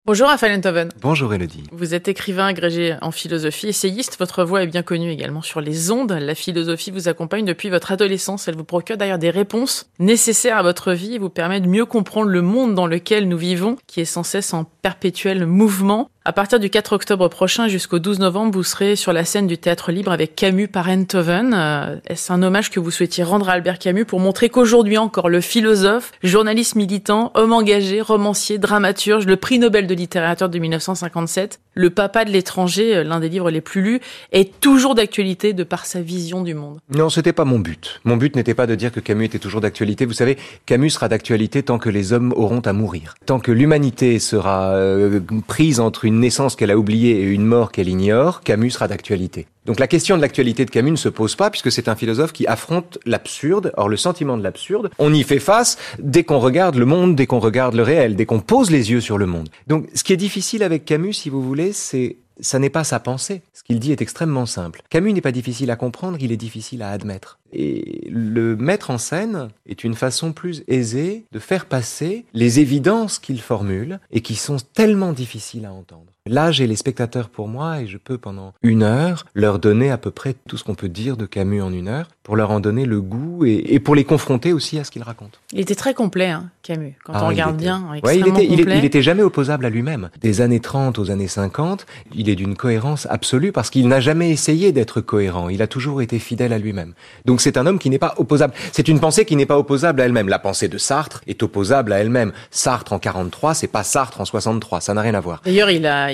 Bonjour Raphaël Enthoven. Bonjour Élodie. Vous êtes écrivain agrégé en philosophie, essayiste. Votre voix est bien connue également sur les ondes. La philosophie vous accompagne depuis votre adolescence. Elle vous procure d'ailleurs des réponses nécessaires à votre vie et vous permet de mieux comprendre le monde dans lequel nous vivons, qui est sans cesse en perpétuel mouvement. À partir du 4 octobre prochain jusqu'au 12 novembre, vous serez sur la scène du Théâtre Libre avec Camus par Enthoven. Est-ce un hommage que vous souhaitiez rendre à Albert Camus pour montrer qu'aujourd'hui encore, le philosophe, journaliste militant, homme engagé, romancier, dramaturge, le prix Nobel de littérature de 1957, le papa de l'étranger, l'un des livres les plus lus, est toujours d'actualité de par sa vision du monde? Non, c'était pas mon but. Mon but n'était pas de dire que Camus était toujours d'actualité. Vous savez, Camus sera d'actualité tant que les hommes auront à mourir. Tant que l'humanité sera prise entre une naissance qu'elle a oubliée et une mort qu'elle ignore, Camus sera d'actualité. Donc la question de l'actualité de Camus ne se pose pas puisque c'est un philosophe qui affronte l'absurde. Or le sentiment de l'absurde, on y fait face dès qu'on regarde le monde, dès qu'on regarde le réel, dès qu'on pose les yeux sur le monde. Donc ce qui est difficile avec Camus, si vous voulez, ça n'est pas sa pensée. Ce qu'il dit est extrêmement simple. Camus n'est pas difficile à comprendre, il est difficile à admettre. Et le mettre en scène est une façon plus aisée de faire passer les évidences qu'il formule et qui sont tellement difficiles à entendre. Là, j'ai les spectateurs pour moi et je peux pendant 1 heure leur donner à peu près tout ce qu'on peut dire de Camus en 1 heure pour leur en donner le goût et pour les confronter aussi à ce qu'il raconte. Il était très complet, Camus, quand on regarde bien, extrêmement complet. Il était jamais opposable à lui-même. Des années 30 aux années 50, il est d'une cohérence absolue parce qu'il n'a jamais essayé d'être cohérent. Il a toujours été fidèle à lui-même. Donc c'est un homme qui n'est pas opposable. C'est une pensée qui n'est pas opposable à elle-même. La pensée de Sartre est opposable à elle-même. Sartre en 43, c'est pas Sartre en 63. Ça n'a rien à voir. D'ailleurs, il a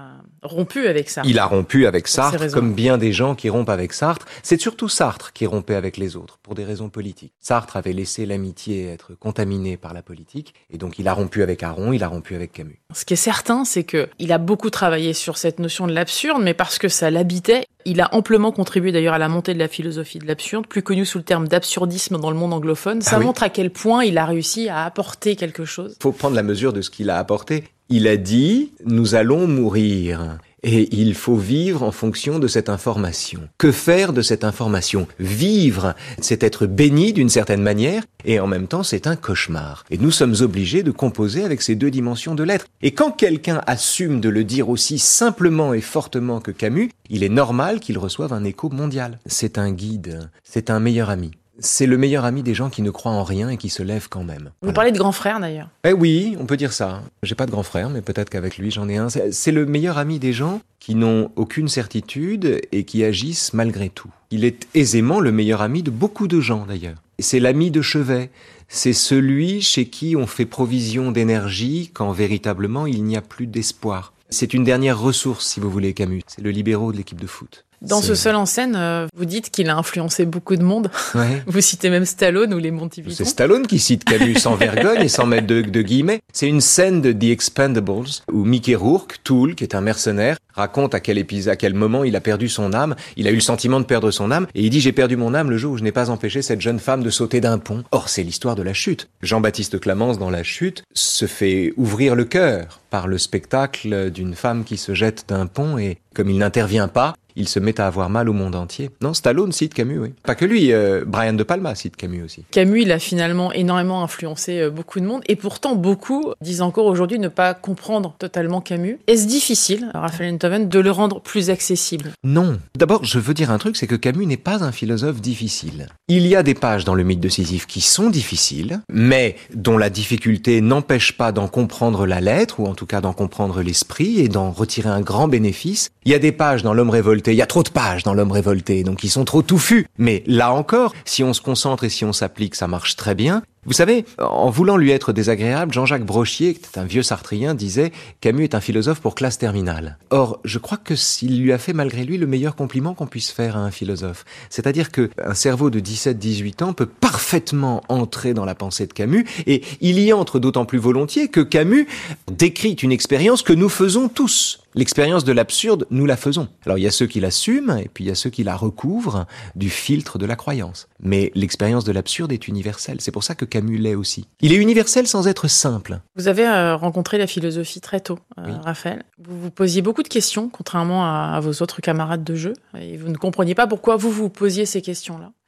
rompu avec Sartre. Il a rompu avec Sartre, comme bien des gens qui rompent avec Sartre. C'est surtout Sartre qui rompait avec les autres, pour des raisons politiques. Sartre avait laissé l'amitié être contaminée par la politique, et donc il a rompu avec Aron, il a rompu avec Camus. Ce qui est certain, c'est qu'il a beaucoup travaillé sur cette notion de l'absurde, mais parce que ça l'habitait, il a amplement contribué d'ailleurs à la montée de la philosophie de l'absurde, plus connue sous le terme d'absurdisme dans le monde anglophone. Ça montre à quel point il a réussi à apporter quelque chose. Il faut prendre la mesure de ce qu'il a apporté. Il a dit « nous allons mourir ». Et il faut vivre en fonction de cette information. Que faire de cette information? Vivre, c'est être béni d'une certaine manière, et en même temps c'est un cauchemar. Et nous sommes obligés de composer avec ces 2 dimensions de l'être. Et quand quelqu'un assume de le dire aussi simplement et fortement que Camus, il est normal qu'il reçoive un écho mondial. C'est un guide, c'est un meilleur ami. C'est le meilleur ami des gens qui ne croient en rien et qui se lèvent quand même. Vous parlez de grand frère d'ailleurs. Eh oui, on peut dire ça. J'ai pas de grand frère, mais peut-être qu'avec lui j'en ai un. C'est le meilleur ami des gens qui n'ont aucune certitude et qui agissent malgré tout. Il est aisément le meilleur ami de beaucoup de gens d'ailleurs. C'est l'ami de chevet. C'est celui chez qui on fait provision d'énergie quand véritablement il n'y a plus d'espoir. C'est une dernière ressource, si vous voulez, Camus. C'est le libéraux de l'équipe de foot. Dans ce seul en scène, vous dites qu'il a influencé beaucoup de monde. Ouais. Vous citez même Stallone ou les Monty Python. C'est Stallone qui cite Camus sans vergogne et sans mettre de guillemets. C'est une scène de The Expendables où Mickey Rourke, Tool, qui est un mercenaire, raconte à quel moment il a perdu son âme. Il a eu le sentiment de perdre son âme et il dit « J'ai perdu mon âme le jour où je n'ai pas empêché cette jeune femme de sauter d'un pont ». Or, c'est l'histoire de la chute. Jean-Baptiste Clamence, dans La Chute, se fait ouvrir le cœur par le spectacle d'une femme qui se jette d'un pont et, comme il n'intervient pas, il se met à avoir mal au monde entier. Non, Stallone cite Camus, oui. Pas que lui, Brian De Palma cite Camus aussi. Camus, il a finalement énormément influencé beaucoup de monde, et pourtant beaucoup disent encore aujourd'hui ne pas comprendre totalement Camus. Est-ce difficile, Raphaël Enthoven, de le rendre plus accessible? Non. D'abord, je veux dire un truc, c'est que Camus n'est pas un philosophe difficile. Il y a des pages dans le mythe de Sisyphe qui sont difficiles, mais dont la difficulté n'empêche pas d'en comprendre la lettre, ou en tout cas d'en comprendre l'esprit, et d'en retirer un grand bénéfice. Il y a des pages dans L'Homme révolté, il y a trop de pages dans L'Homme révolté, donc ils sont trop touffus. Mais là encore, si on se concentre et si on s'applique, ça marche très bien. Vous savez, en voulant lui être désagréable, Jean-Jacques Brochier, qui était un vieux sartrien, disait « Camus est un philosophe pour classe terminale ». Or, je crois que s'il lui a fait malgré lui le meilleur compliment qu'on puisse faire à un philosophe. C'est-à-dire qu'un cerveau de 17-18 ans peut parfaitement entrer dans la pensée de Camus, et il y entre d'autant plus volontiers que Camus décrit une expérience que nous faisons tous. L'expérience de l'absurde, nous la faisons. Alors il y a ceux qui l'assument, et puis il y a ceux qui la recouvrent du filtre de la croyance. Mais l'expérience de l'absurde est universelle. C'est pour ça que Camus l'est aussi. Il est universel sans être simple. Vous avez rencontré la philosophie très tôt, oui. Raphaël. Vous vous posiez beaucoup de questions, contrairement à vos autres camarades de jeu, et vous ne compreniez pas pourquoi vous posiez ces questions-là.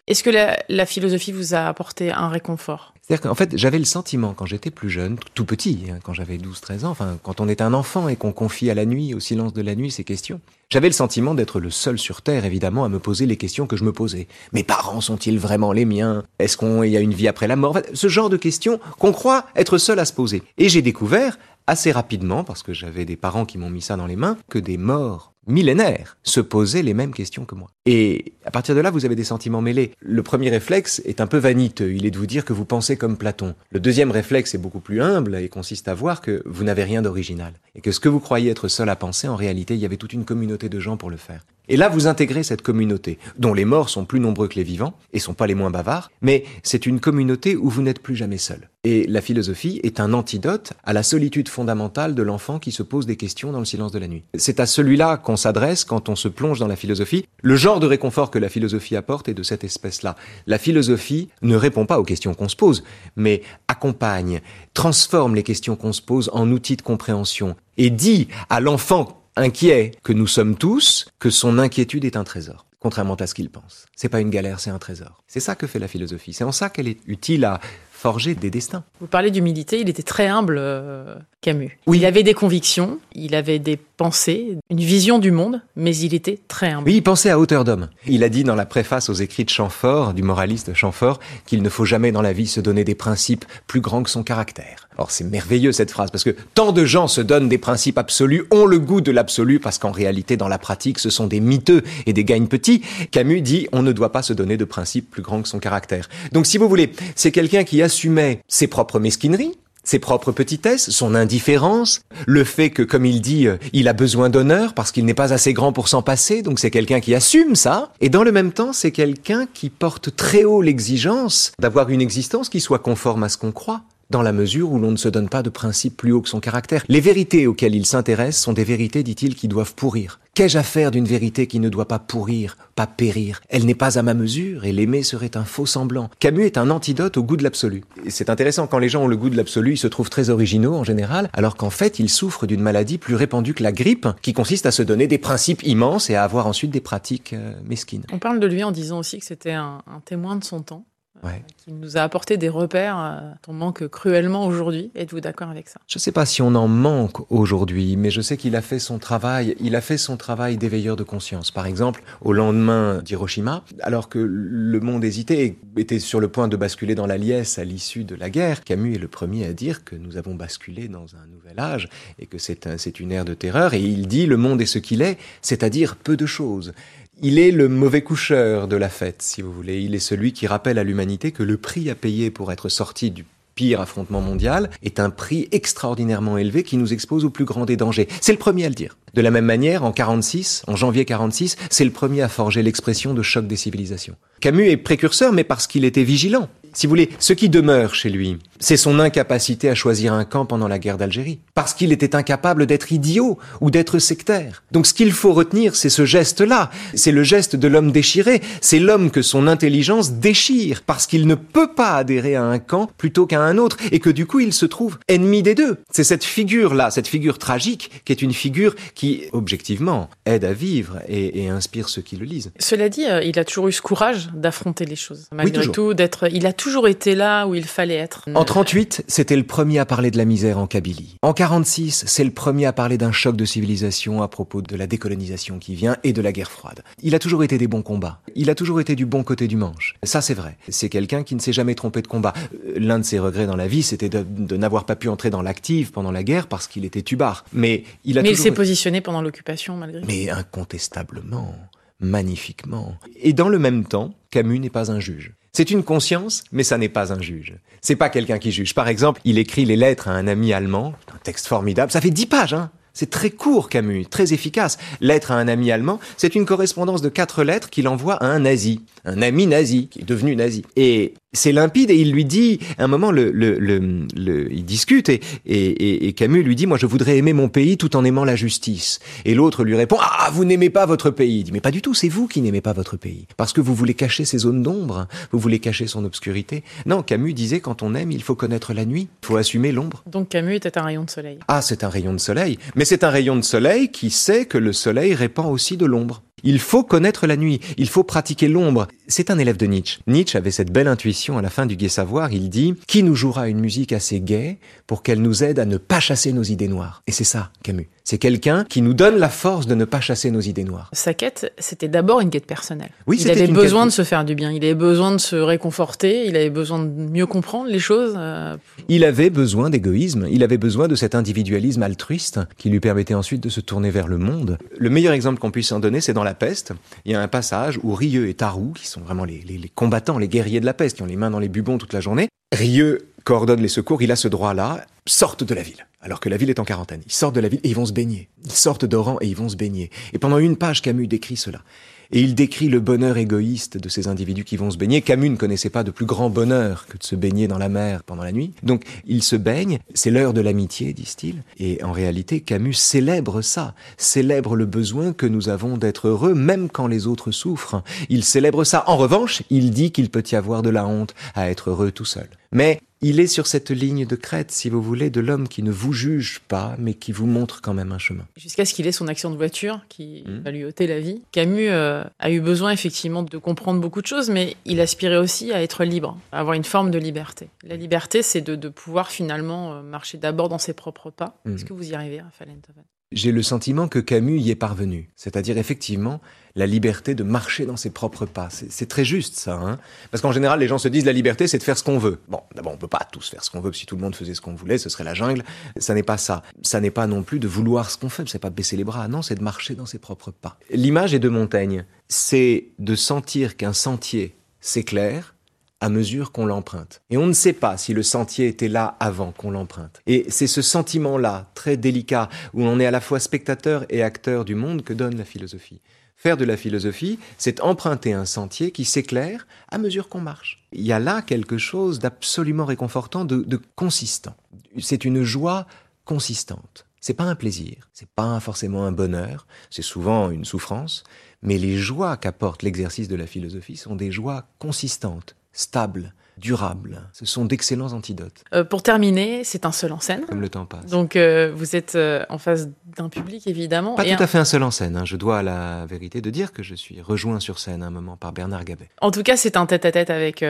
Est-ce que la philosophie vous a apporté un réconfort ? C'est-à-dire qu'en fait, j'avais le sentiment, quand j'étais plus jeune, tout petit, quand j'avais 12-13 ans, enfin, quand on est un enfant et qu'on confie à la nuit, au silence de la nuit, ces questions, j'avais le sentiment d'être le seul sur Terre, évidemment, à me poser les questions que je me posais. Mes parents sont-ils vraiment les miens ? Est-ce qu'il y a une vie après la mort ? En fait, ce genre de questions qu'on croit être seul à se poser. Et j'ai découvert, assez rapidement, parce que j'avais des parents qui m'ont mis ça dans les mains, que des morts millénaires se posaient les mêmes questions que moi. Et à partir de là, vous avez des sentiments mêlés. Le premier réflexe est un peu vaniteux, il est de vous dire que vous pensez comme Platon. Le deuxième réflexe est beaucoup plus humble et consiste à voir que vous n'avez rien d'original. Et que ce que vous croyez être seul à penser, en réalité, il y avait toute une communauté de gens pour le faire. Et là, vous intégrez cette communauté, dont les morts sont plus nombreux que les vivants, et sont pas les moins bavards, mais c'est une communauté où vous n'êtes plus jamais seul. Et la philosophie est un antidote à la solitude fondamentale de l'enfant qui se pose des questions dans le silence de la nuit. C'est à celui-là qu'on s'adresse quand on se plonge dans la philosophie. Le genre de réconfort que la philosophie apporte est de cette espèce-là. La philosophie ne répond pas aux questions qu'on se pose, mais accompagne, transforme les questions qu'on se pose en outils de compréhension, et dit à l'enfant inquiet que nous sommes tous, que son inquiétude est un trésor, contrairement à ce qu'il pense. C'est pas une galère, c'est un trésor. C'est ça que fait la philosophie. C'est en ça qu'elle est utile à forger des destins. Vous parlez d'humilité, il était très humble, Camus. Oui. Il avait des convictions, il avait des pensées, une vision du monde, mais il était très humble. Oui, il pensait à hauteur d'homme. Il a dit dans la préface aux écrits de Chamfort, du moraliste Chamfort, qu'il ne faut jamais dans la vie se donner des principes plus grands que son caractère. Or, c'est merveilleux cette phrase, parce que tant de gens se donnent des principes absolus, ont le goût de l'absolu, parce qu'en réalité, dans la pratique, ce sont des miteux et des gagne-petits. Camus dit, on ne doit pas se donner de principes plus grands que son caractère. Donc, si vous voulez, c'est quelqu'un qui assumait ses propres mesquineries, ses propres petitesses, son indifférence, le fait que, comme il dit, il a besoin d'honneur parce qu'il n'est pas assez grand pour s'en passer, donc c'est quelqu'un qui assume ça, et dans le même temps, c'est quelqu'un qui porte très haut l'exigence d'avoir une existence qui soit conforme à ce qu'on croit, dans la mesure où l'on ne se donne pas de principe plus haut que son caractère. Les vérités auxquelles il s'intéresse sont des vérités, dit-il, qui doivent pourrir. Qu'ai-je à faire d'une vérité qui ne doit pas pourrir, pas périr ? Elle n'est pas à ma mesure, et l'aimer serait un faux semblant. Camus est un antidote au goût de l'absolu. Et c'est intéressant, quand les gens ont le goût de l'absolu, ils se trouvent très originaux en général, alors qu'en fait, ils souffrent d'une maladie plus répandue que la grippe, qui consiste à se donner des principes immenses et à avoir ensuite des pratiques mesquines. On parle de lui en disant aussi que c'était un témoin de son temps. Ouais. Qui nous a apporté des repères dont on manque cruellement aujourd'hui. Êtes-vous d'accord avec ça ? Je ne sais pas si on en manque aujourd'hui, mais je sais qu'il a fait son travail. Il a fait son travail d'éveilleur de conscience. Par exemple, au lendemain d'Hiroshima, alors que le monde hésitait et était sur le point de basculer dans la liesse à l'issue de la guerre, Camus est le premier à dire que nous avons basculé dans un nouvel âge et que c'est une ère de terreur. Et il dit, le monde est ce qu'il est, c'est-à-dire peu de choses. Il est le mauvais coucheur de la fête, si vous voulez. Il est celui qui rappelle à l'humanité que le prix à payer pour être sorti du pire affrontement mondial est un prix extraordinairement élevé qui nous expose au plus grand des dangers. C'est le premier à le dire. De la même manière, en janvier 46, c'est le premier à forger l'expression de choc des civilisations. Camus est précurseur, mais parce qu'il était vigilant. Si vous voulez, ce qui demeure chez lui, c'est son incapacité à choisir un camp pendant la guerre d'Algérie. Parce qu'il était incapable d'être idiot ou d'être sectaire. Donc ce qu'il faut retenir, c'est ce geste-là. C'est le geste de l'homme déchiré. C'est l'homme que son intelligence déchire. Parce qu'il ne peut pas adhérer à un camp plutôt qu'à un autre. Et que du coup, il se trouve ennemi des deux. C'est cette figure-là, cette figure tragique, qui est une figure qui, objectivement, aide à vivre et inspire ceux qui le lisent. Cela dit, il a toujours eu ce courage d'affronter les choses. Malgré tout, il a toujours été là où il fallait être. En 38, c'était le premier à parler de la misère en Kabylie. En 46, c'est le premier à parler d'un choc de civilisation à propos de la décolonisation qui vient et de la guerre froide. Il a toujours été des bons combats. Il a toujours été du bon côté du manche. Ça, c'est vrai. C'est quelqu'un qui ne s'est jamais trompé de combat. L'un de ses regrets dans la vie, c'était de n'avoir pas pu entrer dans l'active pendant la guerre parce qu'il était tubard. Mais il s'est positionné pendant l'occupation, malgré tout. Mais incontestablement, magnifiquement. Et dans le même temps, Camus n'est pas un juge. C'est une conscience, mais ça n'est pas un juge. C'est pas quelqu'un qui juge. Par exemple, il écrit les lettres à un ami allemand, un texte formidable, ça fait 10 pages, hein. C'est très court, Camus, très efficace. Lettre à un ami allemand, c'est une correspondance de 4 lettres qu'il envoie à un nazi, un ami nazi, qui est devenu nazi. Et c'est limpide et il lui dit, à un moment, il discute et Camus lui dit, moi je voudrais aimer mon pays tout en aimant la justice. Et l'autre lui répond, ah, vous n'aimez pas votre pays. Il dit, mais pas du tout, c'est vous qui n'aimez pas votre pays. Parce que vous voulez cacher ses zones d'ombre, vous voulez cacher son obscurité. Non, Camus disait, quand on aime, il faut connaître la nuit, il faut assumer l'ombre. Donc Camus était un rayon de soleil. Ah, c'est un rayon de soleil. Mais c'est un rayon de soleil qui sait que le soleil répand aussi de l'ombre. Il faut connaître la nuit, il faut pratiquer l'ombre. C'est un élève de Nietzsche. Nietzsche avait cette belle intuition à la fin du Gai Savoir, il dit « Qui nous jouera une musique assez gaie pour qu'elle nous aide à ne pas chasser nos idées noires ?» Et c'est ça, Camus. C'est quelqu'un qui nous donne la force de ne pas chasser nos idées noires. Sa quête, c'était d'abord une quête personnelle. Oui, il avait besoin de se faire du bien, il avait besoin de se réconforter, il avait besoin de mieux comprendre les choses. Il avait besoin d'égoïsme, il avait besoin de cet individualisme altruiste qui lui permettait ensuite de se tourner vers le monde. Le meilleur exemple qu'on puisse en donner, c'est dans La Peste. Il y a un passage où Rieux et Tarrou, qui sont vraiment les combattants, les guerriers de la peste, qui ont les mains dans les bubons toute la journée, Rieux coordonne les secours, il a ce droit-là, sortent de la ville. Alors que la ville est en quarantaine. Ils sortent de la ville et ils vont se baigner. Ils sortent d'Oran et ils vont se baigner. Et pendant une page, Camus décrit cela. Et il décrit le bonheur égoïste de ces individus qui vont se baigner. Camus ne connaissait pas de plus grand bonheur que de se baigner dans la mer pendant la nuit. Donc, ils se baignent. C'est l'heure de l'amitié, disent-ils. Et en réalité, Camus célèbre ça. Célèbre le besoin que nous avons d'être heureux, même quand les autres souffrent. Il célèbre ça. En revanche, il dit qu'il peut y avoir de la honte à être heureux tout seul. Mais il est sur cette ligne de crête, si vous voulez, de l'homme qui ne vous juge pas, mais qui vous montre quand même un chemin. Jusqu'à ce qu'il ait son accident de voiture, qui va lui ôter la vie. Camus a eu besoin, effectivement, de comprendre beaucoup de choses, mais il aspirait aussi à être libre, à avoir une forme de liberté. La liberté, c'est de pouvoir, finalement, marcher d'abord dans ses propres pas. Est-ce que vous y arrivez, Raphaël Enthoven ? J'ai le sentiment que Camus y est parvenu. C'est-à-dire, effectivement, la liberté de marcher dans ses propres pas. C'est très juste, ça. Hein, parce qu'en général, les gens se disent la liberté, c'est de faire ce qu'on veut. Bon, d'abord, on peut pas tous faire ce qu'on veut. Si tout le monde faisait ce qu'on voulait, ce serait la jungle. Ça n'est pas ça. Ça n'est pas non plus de vouloir ce qu'on fait. C'est pas de baisser les bras. Non, c'est de marcher dans ses propres pas. L'image est de Montaigne. C'est de sentir qu'un sentier s'éclaire à mesure qu'on l'emprunte. Et on ne sait pas si le sentier était là avant qu'on l'emprunte. Et c'est ce sentiment-là, très délicat, où on est à la fois spectateur et acteur du monde que donne la philosophie. Faire de la philosophie, c'est emprunter un sentier qui s'éclaire à mesure qu'on marche. Il y a là quelque chose d'absolument réconfortant, de consistant. C'est une joie consistante. C'est pas un plaisir, c'est pas forcément un bonheur, c'est souvent une souffrance, mais les joies qu'apporte l'exercice de la philosophie sont des joies consistantes, stables, durables. Ce sont d'excellents antidotes. Pour terminer, c'est un seul en scène. Comme le temps passe. Donc vous êtes en face d'un public, évidemment. Pas tout à fait un seul en scène. Hein. Je dois à la vérité de dire que je suis rejoint sur scène à un moment par Bernard Gabet. En tout cas, c'est un tête-à-tête avec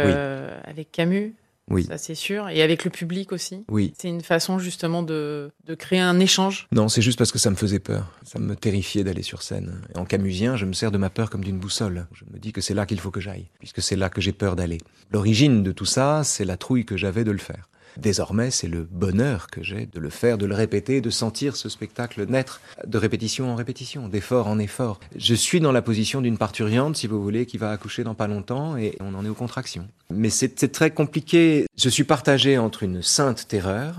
Camus. Oui. Ça, c'est sûr. Et avec le public aussi. Oui. C'est une façon, justement, de créer un échange. Non, c'est juste parce que ça me faisait peur. Ça me terrifiait d'aller sur scène. Et en camusien, je me sers de ma peur comme d'une boussole. Je me dis que c'est là qu'il faut que j'aille, puisque c'est là que j'ai peur d'aller. L'origine de tout ça, c'est la trouille que j'avais de le faire. Désormais, c'est le bonheur que j'ai de le faire, de le répéter, de sentir ce spectacle naître de répétition en répétition, d'effort en effort. Je suis dans la position d'une parturiente, si vous voulez, qui va accoucher dans pas longtemps et on en est aux contractions. Mais c'est très compliqué. Je suis partagé entre une sainte terreur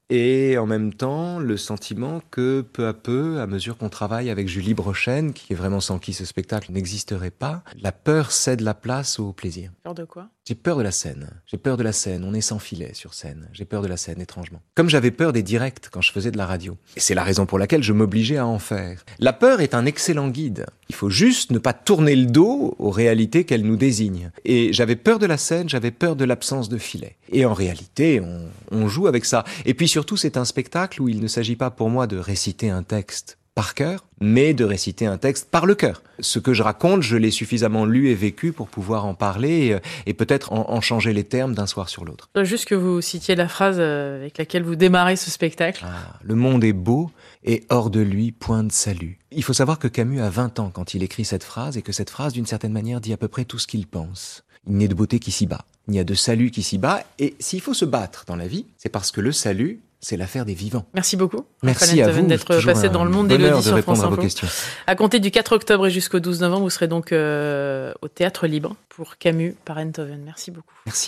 et en même temps le sentiment que peu à peu, à mesure qu'on travaille avec Julie Brochen, qui est vraiment sans qui ce spectacle n'existerait pas, la peur cède la place au plaisir. Peur de quoi ? J'ai peur de la scène. J'ai peur de la scène. On est sans filet sur scène. J'ai peur de la scène, étrangement. Comme j'avais peur des directs quand je faisais de la radio. Et c'est la raison pour laquelle je m'obligeais à en faire. La peur est un excellent guide. Il faut juste ne pas tourner le dos aux réalités qu'elle nous désigne. Et j'avais peur de la scène, j'avais peur de l'absence de filet. Et en réalité, on joue avec ça. Et puis surtout, c'est un spectacle où il ne s'agit pas pour moi de réciter un texte par cœur, mais de réciter un texte par le cœur. Ce que je raconte, je l'ai suffisamment lu et vécu pour pouvoir en parler et peut-être en changer les termes d'un soir sur l'autre. Juste que vous citiez la phrase avec laquelle vous démarrez ce spectacle. Le monde est beau et hors de lui, point de salut. Il faut savoir que Camus a 20 ans quand il écrit cette phrase et que cette phrase, d'une certaine manière, dit à peu près tout ce qu'il pense. Il n'est de beauté qui s'y bat. Il n'y a de salut qui s'y bat. Et s'il faut se battre dans la vie, c'est parce que le salut, c'est l'affaire des vivants. Merci beaucoup. Merci à vous d'être passé dans le monde d'Élodie sur France Info. Questions. À compter du 4 octobre et jusqu'au 12 novembre, vous serez donc au Théâtre Libre pour Camus par Enthoven. Merci beaucoup. Merci.